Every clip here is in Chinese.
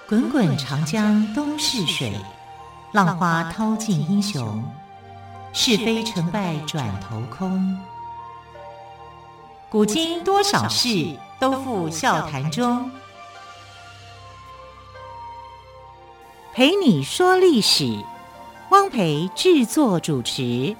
滚滚长江东逝水，浪花淘尽英雄。是非成败转头空。古今多少事，都付笑谈中。陪你说历史，汪培制作主持。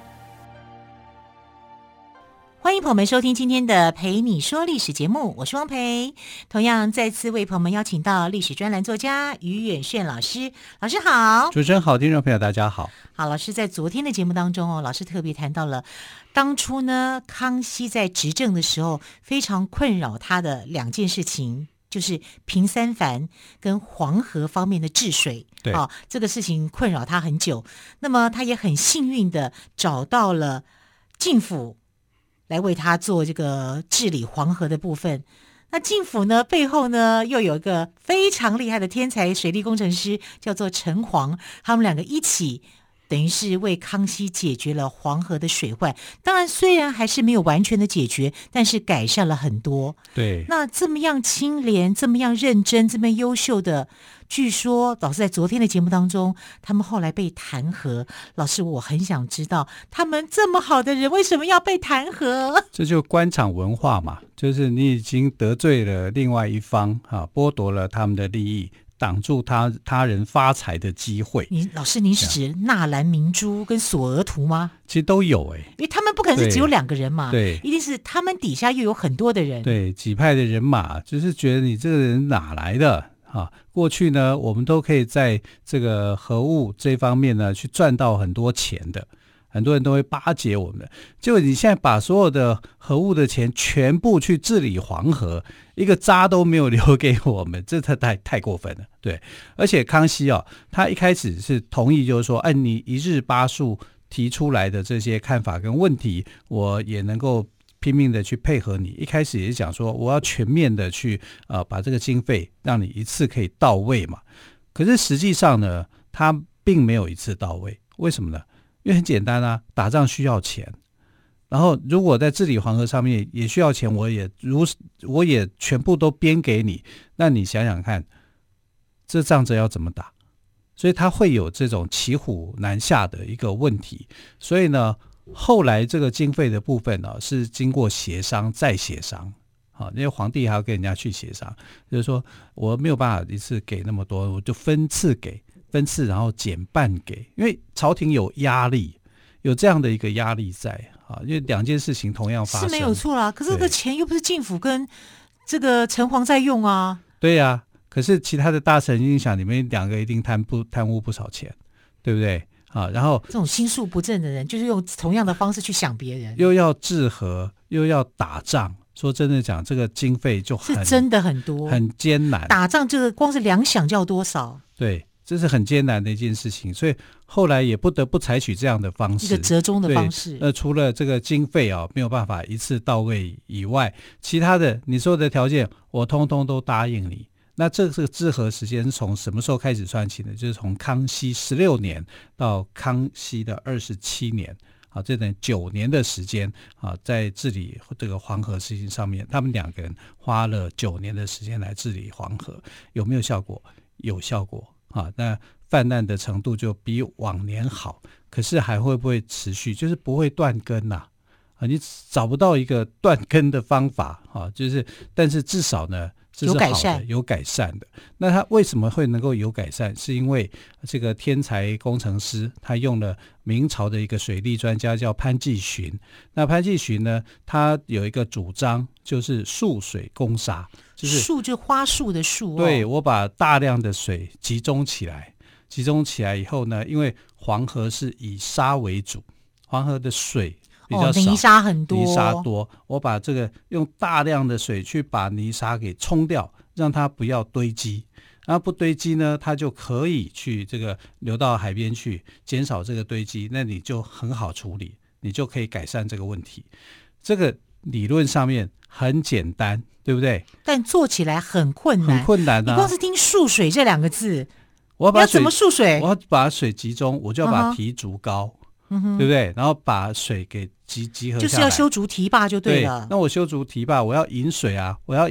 欢迎朋友们收听今天的陪你说历史节目，我是汪培。同样再次为朋友们邀请到历史专栏作家于远炫老师。老师好。 主持人好，听众朋友大家好。 好，老师在昨天的节目当中老师特别谈到了当初呢康熙在执政的时候非常困扰他的两件事情，就是平三藩跟黄河方面的治水。 对， 这个事情困扰他很久。那么他也很幸运的找到了晋府来为他做这个治理黄河的部分。那晋府呢背后呢又有一个非常厉害的天才水利工程师，叫做陈璜，他们两个一起等于是为康熙解决了黄河的水患。当然虽然还是没有完全的解决，但是改善了很多。 对， 那这么样清廉，这么样认真，这么优秀的，据说老师在昨天的节目当中他们后来被弹劾。老师，我很想知道他们这么好的人为什么要被弹劾？这就官场文化嘛，就是你已经得罪了另外一方剥夺了他们的利益，挡住他人发财的机会。 老师，您是指纳兰明珠跟索额图吗？ 其实都有因为他们不可能是只有两个人嘛， 对， 一定是他们底下又有很多的人， 对，几派的人马，就是觉得你这个人哪来的过去呢我们都可以在这个河务这方面呢去赚到很多钱的，很多人都会巴结我们的，结果你现在把所有的河务的钱全部去治理黄河，一个渣都没有留给我们，这太过分了。对，而且康熙他一开始是同意，就是说按你一日八术提出来的这些看法跟问题，我也能够拼命的去配合你。一开始也是讲说我要全面的去把这个经费让你一次可以到位嘛。可是实际上呢他并没有一次到位。为什么呢？因为很简单啊，打仗需要钱，然后如果在治理黄河上面也需要钱，我也全部都编给你，那你想想看这仗着要怎么打？所以他会有这种骑虎难下的一个问题。所以呢后来这个经费的部分是经过协商再协商，因为皇帝还要跟人家去协商，就是说我没有办法一次给那么多，我就分次给，然后减半给，因为朝廷有压力，有这样的一个压力在因为两件事情同样发生是没有错啦，可是这个钱又不是晋府跟这个陈璜在用啊。 对啊，可是其他的大臣一定想你们两个一定贪污不少钱，对不对？然后这种心术不正的人就是用同样的方式去想别人， 又要治河又要打仗，说真的讲这个经费就是真的很多， 很艰难。 打仗这个光是粮饷就要多少？ 对，这是很艰难的一件事情，所以后来也不得不采取这样的方式， 一个折中的方式。 除了这个经费没有办法一次到位以外，其他的你说的条件我通通都答应你。那这个治河时间是从什么时候开始算起呢？就是从康熙16年到康熙的27年这等9年的时间在治理这个黄河事情上面，他们两个人花了9年的时间来治理黄河。有没有效果？有效果那泛滥的程度就比往年好，可是还会不会持续？就是不会断根你找不到一个断根的方法但是至少呢这是好的，有改善的。那他为什么会能够有改善？是因为这个天才工程师他用了明朝的一个水利专家叫潘季寻。那潘季寻呢他有一个主张，就是束水攻沙，就是束就花束的束对，我把大量的水集中起来以后呢，因为黄河是以沙为主，黄河的水比较少， 泥沙很多， 泥沙多，我把这个用大量的水去把泥沙给冲掉，让它不要堆积，然后不堆积呢它就可以去这个流到海边去，减少这个堆积，那你就很好处理，你就可以改善这个问题。这个理论上面很简单，对不对？ 但做起来很困难， 很困难你光是听束水这2个字， 我要怎么束水？ 我要把水集中，我就要把堤筑高，对不对？然后把水给集合下来， 就是要修筑堤坝就对了。 那我修筑堤坝，我要引水我要引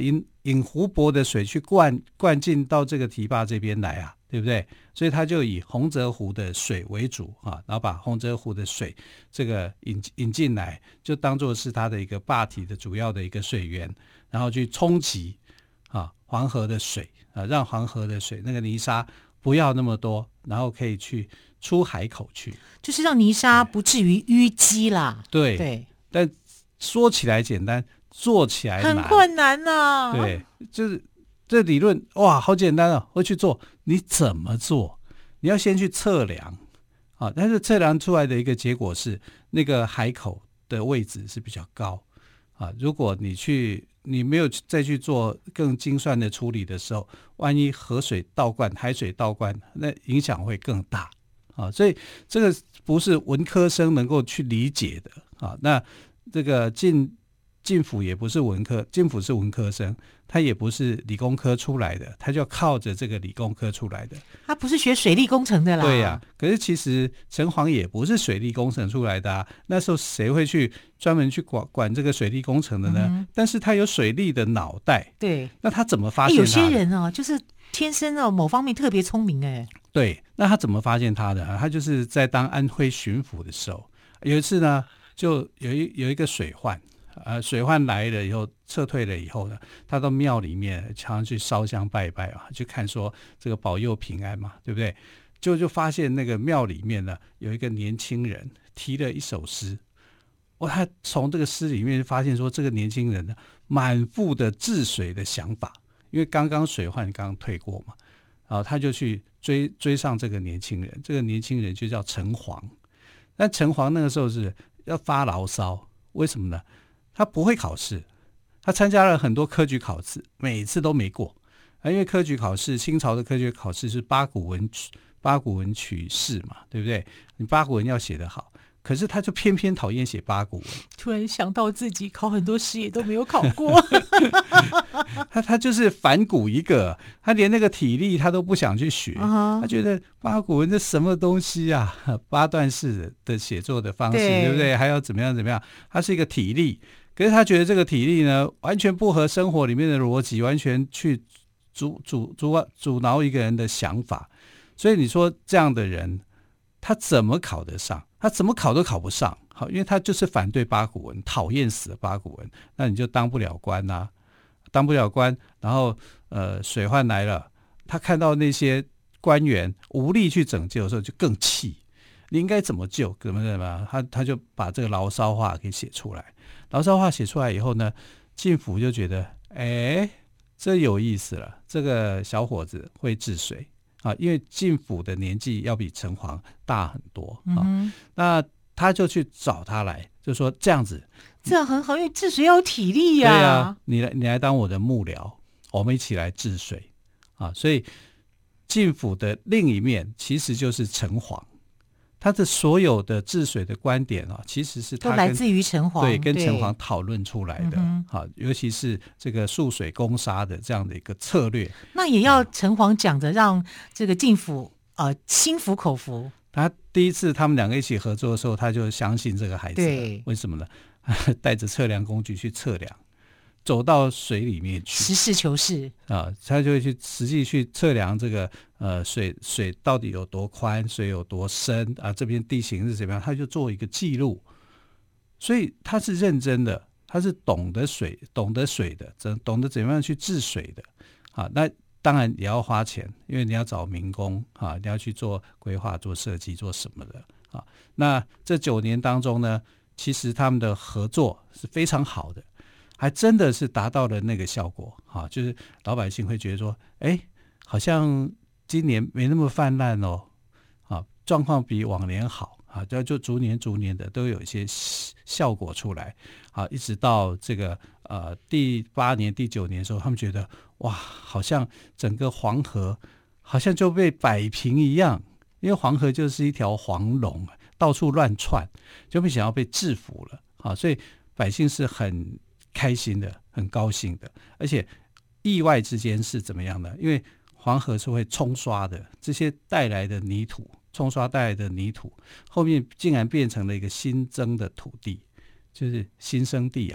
引湖泊的水去灌进到这个堤坝这边来啊，对不对？所以他就以洪泽湖的水为主啊，然后把洪泽湖的水这个引进来，就当作是他的一个坝体的主要的一个水源，然后去冲击啊黄河的水啊，让黄河的水那个泥沙不要那么多，然后可以去出海口去， 就是让泥沙不至于淤积啦。 对对， 但说起来简单，做起来难， 很困难呐。 对，就是这理论哇，好简单啊，会去做，你怎么做？你要先去测量啊，但是测量出来的一个结果是，那个海口的位置是比较高啊。如果你没有再去做更精算的处理的时候，万一河水倒灌、海水倒灌，那影响会更大啊。所以这个不是文科生能够去理解的啊。那这个进府也不是文科，进府是文科生，他也不是理工科出来的，他就靠着这个理工科出来的。 他不是学水利工程的啦。 对呀，可是其实城隍也不是水利工程出来的啊。那时候谁会去专门去管这个水利工程的呢？但是他有水利的脑袋。 对， 那他怎么发现他的？ 有些人哦，就是天生哦某方面特别聪明哎。 对，那他怎么发现他的？他就是在当安徽巡抚的时候，有一次呢，就有一个水患。水患来了以后，撤退了以后呢，他到庙里面常常去烧香拜拜啊，去看说这个保佑平安嘛，对不对？就发现那个庙里面呢，有一个年轻人提了一首诗，他从这个诗里面发现说，这个年轻人呢，满腹的治水的想法，因为刚刚水患刚退过嘛，他就去追上这个年轻人，这个年轻人就叫城隍，但城隍那个时候是要发牢骚，为什么呢？他不会考试，他参加了很多科举考试，每次都没过因为科举考试，清朝的科举考试是八股文取士嘛，对不对？你八股文要写得好，可是他就偏偏讨厌写八股文。 突然想到自己考很多试也都没有考过他就是反骨一个，他连那个体力他都不想去学他觉得八股文这什么东西啊，八段式的写作的方式，对不对？还要怎么样，他是一个体力，可是他觉得这个体力呢，完全不合生活里面的逻辑，完全去阻挠一个人的想法。所以你说这样的人，他怎么考得上？他怎么考都考不上。好，因为他就是反对八股文，讨厌死了八股文，那你就当不了官啊，当不了官，然后水患来了，他看到那些官员无力去拯救的时候，就更气。你应该怎么救？怎么？他就把这个牢骚话给写出来。牢骚话写出来以后呢，进府就觉得，这有意思了，这个小伙子会治水啊，因为进府的年纪要比城隍大很多啊。那他就去找他来，就说这样子， 这样很好，因为治水要有体力呀。 对啊，你来当我的幕僚，我们一起来治水啊。所以进府的另一面其实就是城隍。他的所有的治水的观点其实是他都来自于城隍， 对，跟城隍讨论出来的尤其是这个蓄水攻沙的这样的一个策略。 那也要城隍讲着，让这个进府心服口服。 他第一次他们两个一起合作的时候，他就相信这个孩子。 对， 为什么呢？带着测量工具去测量，走到水里面去， 实事求是他就会去实际去测量这个水到底有多宽，水有多深这边地形是怎么样，他就做一个记录。所以他是认真的，他是懂得水的，懂得怎么样去治水的那当然也要花钱，因为你要找民工你要去做规划、做设计、做什么的那这9年当中呢，其实他们的合作是非常好的，还真的是达到了那个效果就是老百姓会觉得说，好像今年没那么泛滥状况比往年好就逐年的都有一些效果出来一直到这个第8年、第9年的时候，他们觉得哇，好像整个黄河好像就被摆平一样，因为黄河就是一条黄龙，到处乱窜，就没想要被制服了所以百姓是很开心的，很高兴的，而且意外之间是怎么样呢？因为黄河是会冲刷的，这些带来的泥土，冲刷带来的泥土，后面竟然变成了一个新增的土地，就是新生地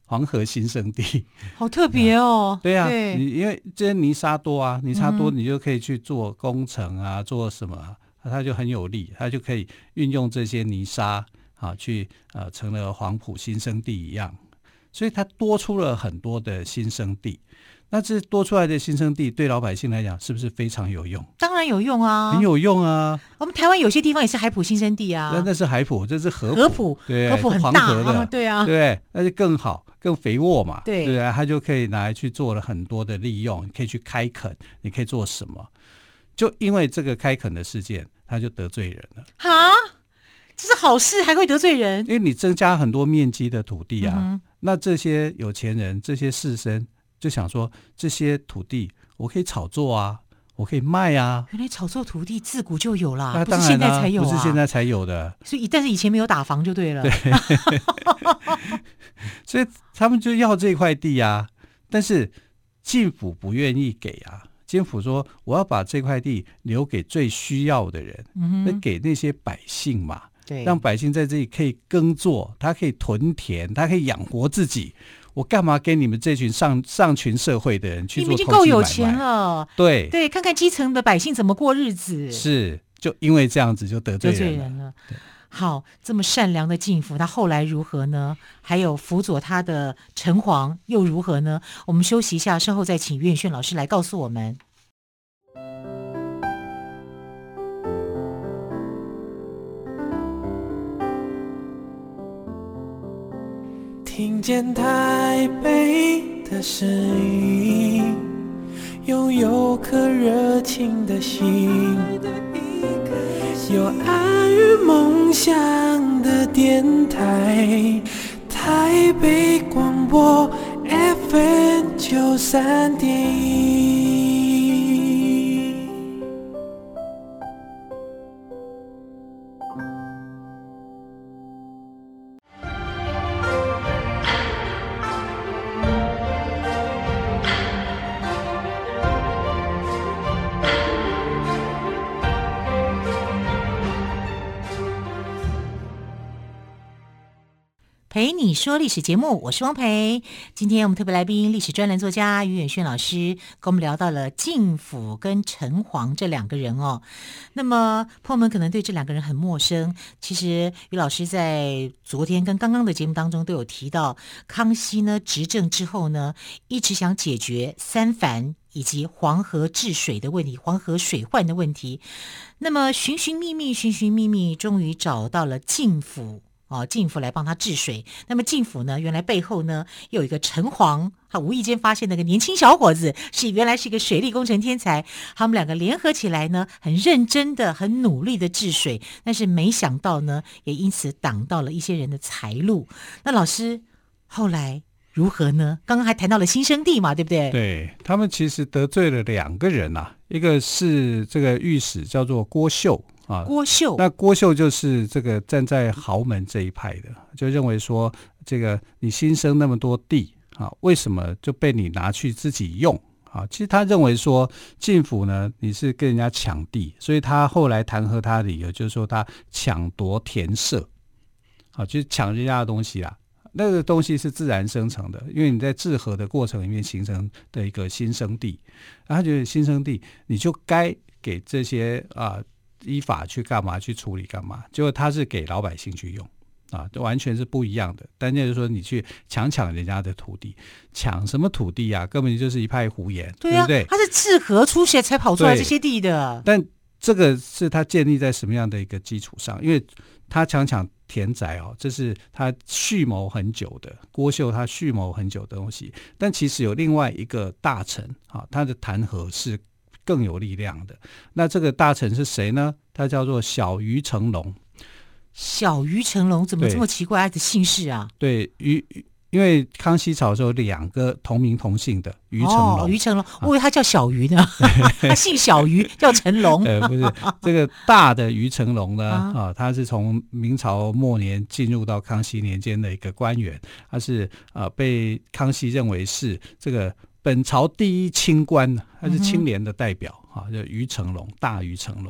黄河新生地。 好特别哦。 对啊， 对， 你因为这些泥沙多啊，泥沙多你就可以去做工程啊，做什么啊，它就很有利，它就可以运用这些泥沙啊，去成了黄埔新生地一样，所以它多出了很多的新生地。那这多出来的新生地对老百姓来讲是不是非常有用？ 当然有用啊， 很有用啊。 我们台湾有些地方也是海埔新生地啊。 那是海埔，这是河埔， 对， 河埔很大黄河的， 对啊， 对，那就更好，更肥沃嘛， 对对啊，它就可以拿来去做了很多的利用，你可以去开垦，你可以做什么？就因为这个开垦的事件，他就得罪人了。 哈，这是好事，还会得罪人？ 因为你增加很多面积的土地啊，那这些有钱人、这些士绅就想说，这些土地我可以炒作啊，我可以卖啊。 原来炒作土地自古就有啦， 那不是现在才有啊， 不是现在才有的。 但是以前没有打房就对了。 对，所以他们就要这块地啊，但是晋府不愿意给啊。晋府说：“我要把这块地留给最需要的人，那给那些百姓嘛， 对， 让百姓在这里可以耕作，他可以屯田，他可以养活自己。我干嘛给你们这群上群社会的人去做投机买卖？ 你们已经够有钱了， 对对，看看基层的百姓怎么过日子。 是，就因为这样子就得罪人了。 好，这么善良的晋府，他后来如何呢？还有辅佐他的城隍又如何呢？我们休息一下，稍后再请岳轩老师来告诉我们。 听见台北的声音，拥有颗热情的心，有爱与梦想的电台，台北广播 FM93.1。 陪你说历史节目，我是汪培。今天我们特别来宾历史专栏作家于远炫老师跟我们聊到了晋府跟城隍这两个人哦。那么朋友们可能对这两个人很陌生，其实于老师在昨天跟刚刚的节目当中都有提到，康熙呢执政之后呢，一直想解决三藩以及黄河治水的问题，黄河水患的问题。那么寻寻觅觅，终于找到了晋府。晋府来帮他治水。那么晋府呢，原来背后呢又有一个城隍，他无意间发现那个年轻小伙子原来是一个水利工程天才，他们两个联合起来呢，很认真的、很努力的治水，但是没想到呢，也因此挡到了一些人的财路。那老师后来如何呢？刚刚还谈到了新生地嘛，对不对？ 对，他们其实得罪了两个人啊，一个是这个御史叫做郭秀。 郭秀， 那郭秀就是这个站在豪门这一派的，就认为说这个你新生那么多地啊，为什么就被你拿去自己用啊？其实他认为说晋府呢，你是跟人家抢地，所以他后来弹劾他的理由就是说他抢夺田舍，就是抢人家的东西啦。那个东西是自然生成的，因为你在治河的过程里面形成的一个新生地，然后他觉得新生地你就该给这些依法去干嘛，去处理干嘛，结果他是给老百姓去用完全是不一样的。但就是说你去抢人家的土地，抢什么土地啊，根本就是一派胡言，对不对？ 他是治河出血才跑出来这些地的。 但这个是他建立在什么样的一个基础上？因为他抢田宅这是他蓄谋很久的，郭秀他蓄谋很久的东西。但其实有另外一个大臣他的弹劾是更有力量的。那这个大臣是谁呢？他叫做小于成龙。 小于成龙怎么这么奇怪的姓氏啊？ 对，因为康熙朝的时候两个同名同姓的于成龙。 于成龙，我以为他叫小于呢，他姓小于，叫成龙。 不是这个大的于成龙呢他是从明朝末年进入到康熙年间的一个官员，他是被康熙认为是这个本朝第一清官，他是清廉的代表就于成龙，大于成龙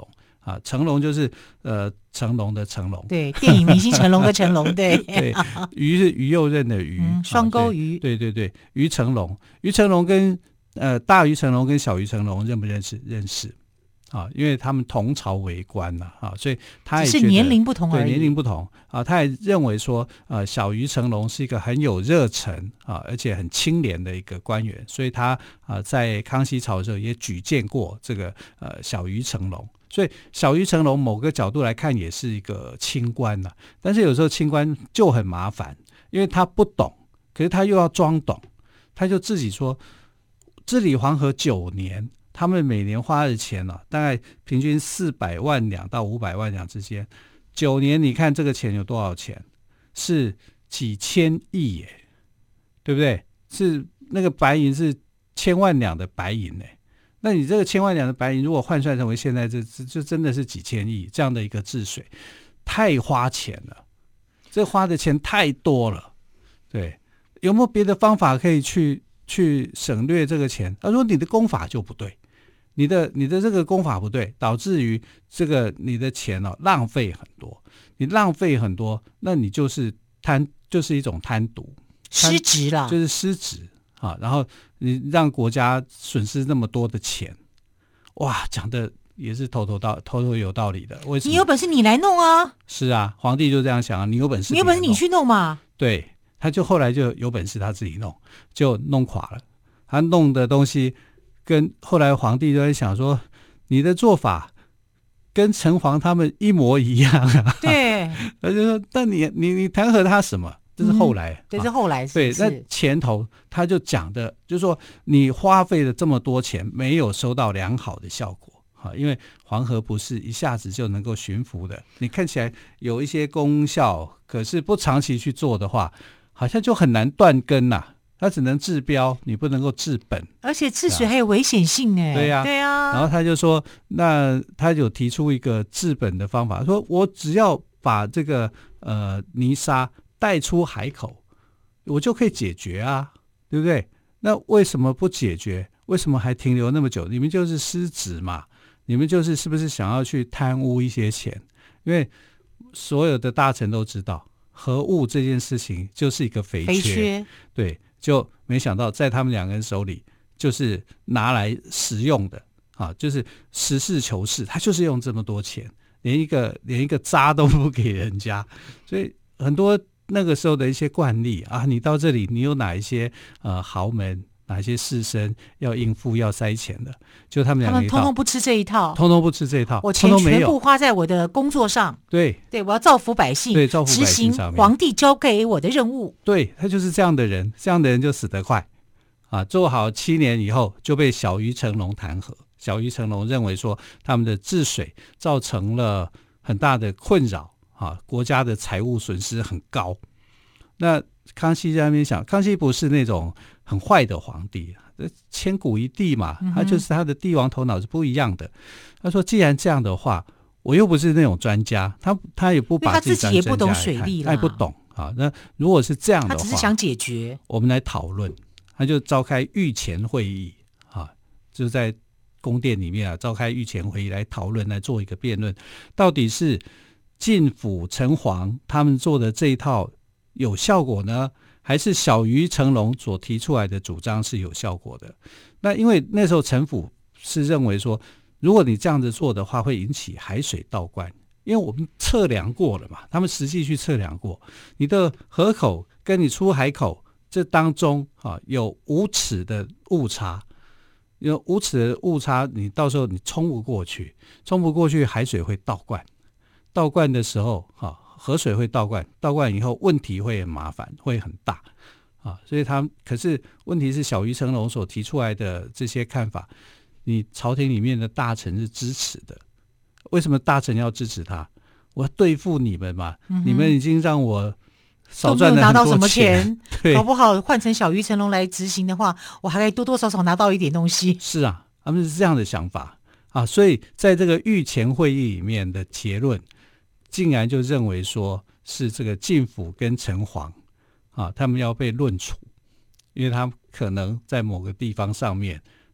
啊，成龙就是成龙的成龙， 对，电影明星成龙的成龙，对对，于是于右任的于， 双钩于， 对对对，于成龙，于成龙跟大于成龙跟小于成龙认不认识？认识。啊，因为他们同朝为官呐，啊，所以他也只是年龄不同而已。 对，年龄不同啊，他也认为说，小于成龙是一个很有热忱啊，而且很清廉的一个官员，所以他在康熙朝的时候也举荐过这个小于成龙。所以小于成龙某个角度来看也是一个清官呐，但是有时候清官就很麻烦，因为他不懂，可是他又要装懂，他就自己说，治理黄河9年。他们每年花的钱大概平均400万两到500万两之间，9年你看这个钱有多少钱？是几千亿耶，对不对？是那个白银是1000万两的白银耶，那你这个1000万两的白银如果换算成为现在这真的是几千亿这样的一个治水，太花钱了，这花的钱太多了。对，有没有别的方法可以去省略这个钱？他说你的功法就不对。你的这个功法不对，导致于这个你的钱浪费很多，你浪费很多，那你就是一种贪渎， 失职了， 就是失职啊。然后你让国家损失那么多的钱，哇，讲的也是头头有道理的。为什么？ 你有本事你来弄啊！ 是啊，皇帝就这样想啊，你有本事你去弄嘛。 对，他就后来就有本事他自己弄，就弄垮了。他弄的东西。跟后来皇帝就在想说，你的做法跟城隍他们一模一样啊。 对， 他就说，但你弹劾他什么？这是后来， 这是后来， 对，那前头他就讲的，就是说你花费了这么多钱，没有收到良好的效果啊，因为黄河不是一下子就能够驯服的，你看起来有一些功效，可是不长期去做的话，好像就很难断根呐。它只能治标，你不能够治本， 而且治水还有危险性哎。 对呀， 对呀。 然后他就说，那他有提出一个治本的方法，说我只要把这个泥沙带出海口，我就可以解决啊，对不对？那为什么不解决？为什么还停留那么久？你们就是失职嘛，你们是不是想要去贪污一些钱？因为所有的大臣都知道，核物这件事情就是一个肥缺，对。就没想到在他们2个人手里就是拿来使用的啊，就是实事求是，他就是用这么多钱，连一个渣都不给人家，所以很多那个时候的一些惯例啊，你到这里你有哪一些豪门，哪一些士绅要应付要塞钱的，就他们2个一套， 通通不吃这一套， 通通不吃这一套， 我钱全部花在我的工作上， 对， 我要造福百姓， 对，造福百姓上面， 执行皇帝交给我的任务， 对，他就是这样的人，这样的人就死得快啊！做好7年以后就被小于成龙弹劾，小于成龙认为说他们的治水造成了很大的困扰啊，国家的财务损失很高。那康熙在那边想，康熙不是那种很坏的皇帝，千古一帝嘛，他就是他的帝王头脑是不一样的。他说，既然这样的话，我又不是那种专家，他也不把自己当专家来看，他自己也不懂水利啦， 他也不懂啊。那如果是这样的话， 他只是想解决， 我们来讨论。他就召开御前会议啊，就在宫殿里面召开御前会议来讨论，来做一个辩论，到底是晋府城隍他们做的这一套有效果呢，还是小于成龙所提出来的主张是有效果的？那因为那时候城府是认为说，如果你这样子做的话，会引起海水倒灌，因为我们测量过了嘛，他们实际去测量过，你的河口跟你出海口这当中有5尺的误差，有5尺的误差，你到时候你冲不过去，海水会倒灌，倒灌的时候河水会倒灌，倒灌以后问题会很麻烦，会很大啊。所以可是问题是小于成龙所提出来的这些看法，你朝廷里面的大臣是支持的。为什么大臣要支持他？我要对付你们嘛，你们已经让我少赚了很多钱，都没有拿到什么钱， 搞不好换成小于成龙来执行的话，我还可以多多少少拿到一点东西。 是啊，他们是这样的想法啊，所以在这个御前会议里面的结论，竟然就认为说是这个晋府跟城隍啊，他们要被论处，因为他可能在某个地方上面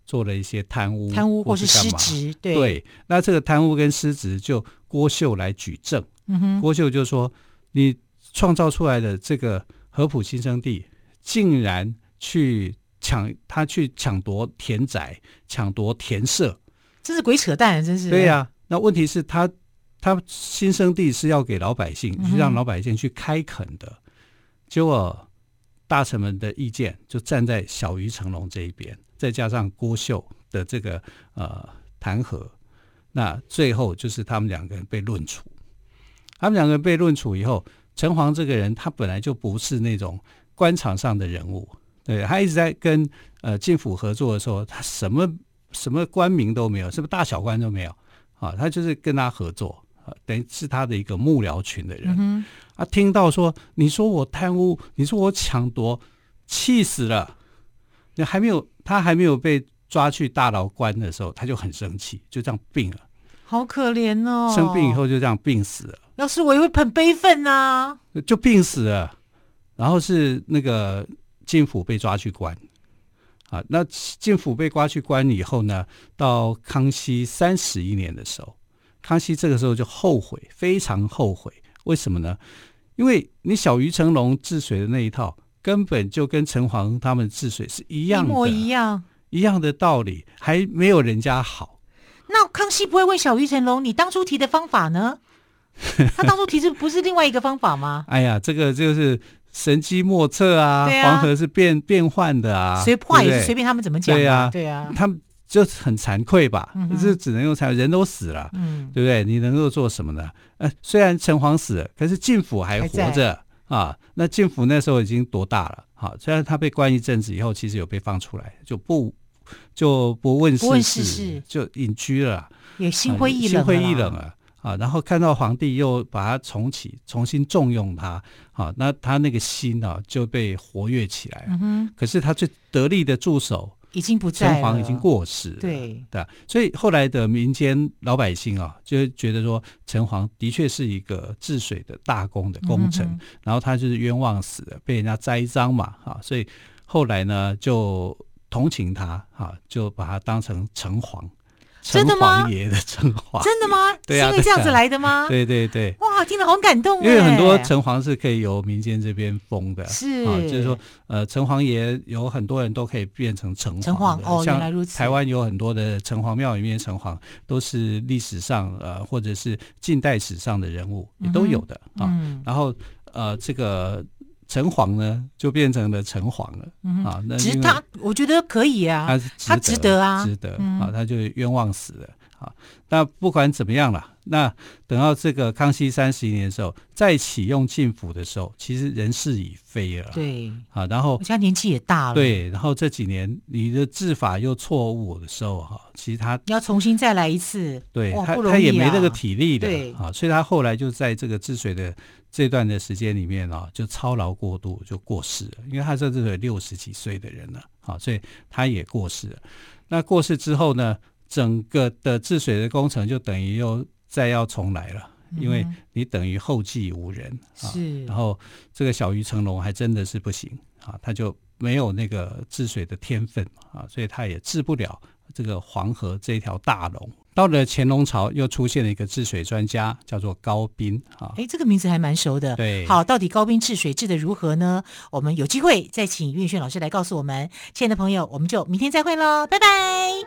做了一些贪污或是干嘛失职， 对，那这个贪污跟失职就郭秀来举证。郭秀就说，你创造出来的这个合浦新生地竟然去抢夺田宅，抢夺田舍， 这是鬼扯淡，真是。 对呀，那问题是他新生地是要给老百姓，去让老百姓去开垦的，结果大臣们的意见就站在小于成龙这一边，再加上郭秀的这个弹劾，那最后就是他们两个人被论处。他们两个人被论处以后，城隍这个人他本来就不是那种官场上的人物，对，他一直在跟晋府合作的时候，他什么官名都没有，什么大小官都没有啊，他就是跟他合作，等于是他的一个幕僚群的人。听到说你说我贪污，你说我抢夺，气死了。他还没有被抓去大牢关的时候，他就很生气，就这样病了。 好可怜哦！ 生病以后就这样病死了。 要是我也会很悲愤啊， 就病死了。然后是那个晋府被抓去关啊。那晋府被抓去关以后呢，到康熙31年的时候，康熙这个时候就后悔，非常后悔。为什么呢？因为你小于成龙治水的那一套，根本就跟城隍他们治水是一样的， 一模一样的道理，还没有人家好。 那康熙不会问小于成龙，你当初提的方法呢？他当初提的不是另外一个方法吗？ 哎呀，这个就是神机莫测啊，黄河是变换的啊， 话也是随便他们怎么讲， 对啊，他们就很惭愧吧，这只能用惭愧，人都死了，对不对？你能够做什么呢？虽然城隍死了，可是晋府还活着啊。那晋府那时候已经多大了？好，虽然他被关一阵子以后，其实有被放出来，就不问世事，就隐居了， 也心灰意冷了啊。然后看到皇帝又把他重新重用他，啊，那他那个心啊就被活跃起来了。可是他最得力的助手已经不在了， 城隍已经过世了，对，所以后来的民间老百姓啊，就觉得说城隍的确是一个治水的大功的功臣，然后他就是冤枉死了，被人家栽赃嘛，所以后来呢就同情他，就把他当成城隍。 真的吗？ 城隍爷的称号， 真的吗？对啊，是因为这样子来的吗？ 对对对， 哇，听得好感动。 因为很多城隍是可以由民间这边封的， 是就是说，城隍爷有很多人都可以变成城隍哦，原来如此。 台湾有很多的城隍庙里面城隍都是历史上或者是近代史上的人物，也都有的啊。然后这个城隍呢，就变成了城隍了啊。那值他，我觉得可以啊，他值得啊， 他就冤枉死了啊。那不管怎么样了，那等到这个康熙31年的时候，再启用晋府的时候，其实人事已非了， 对啊。然后他年纪也大了， 对。然后这几年你的治法又错误的时候，其实他要重新再来一次， 对， 他也没那个体力的， 对啊。所以他后来就在这个治水的这段的时间里面就操劳过度就过世了，因为他这是60几岁的人了，所以他也过世了。那过世之后呢，整个的治水的工程就等于又再要重来了，因为你等于后继无人是。 然后这个小于成龙还真的是不行他就没有那个治水的天分所以他也治不了这个黄河这条大龙。到了乾隆朝，又出现了一个治水专家，叫做高斌这个名字还蛮熟的。 对， 好，到底高斌治水治得如何呢？我们有机会再请岳轩老师来告诉我们。亲爱的朋友，我们就明天再会喽，拜拜。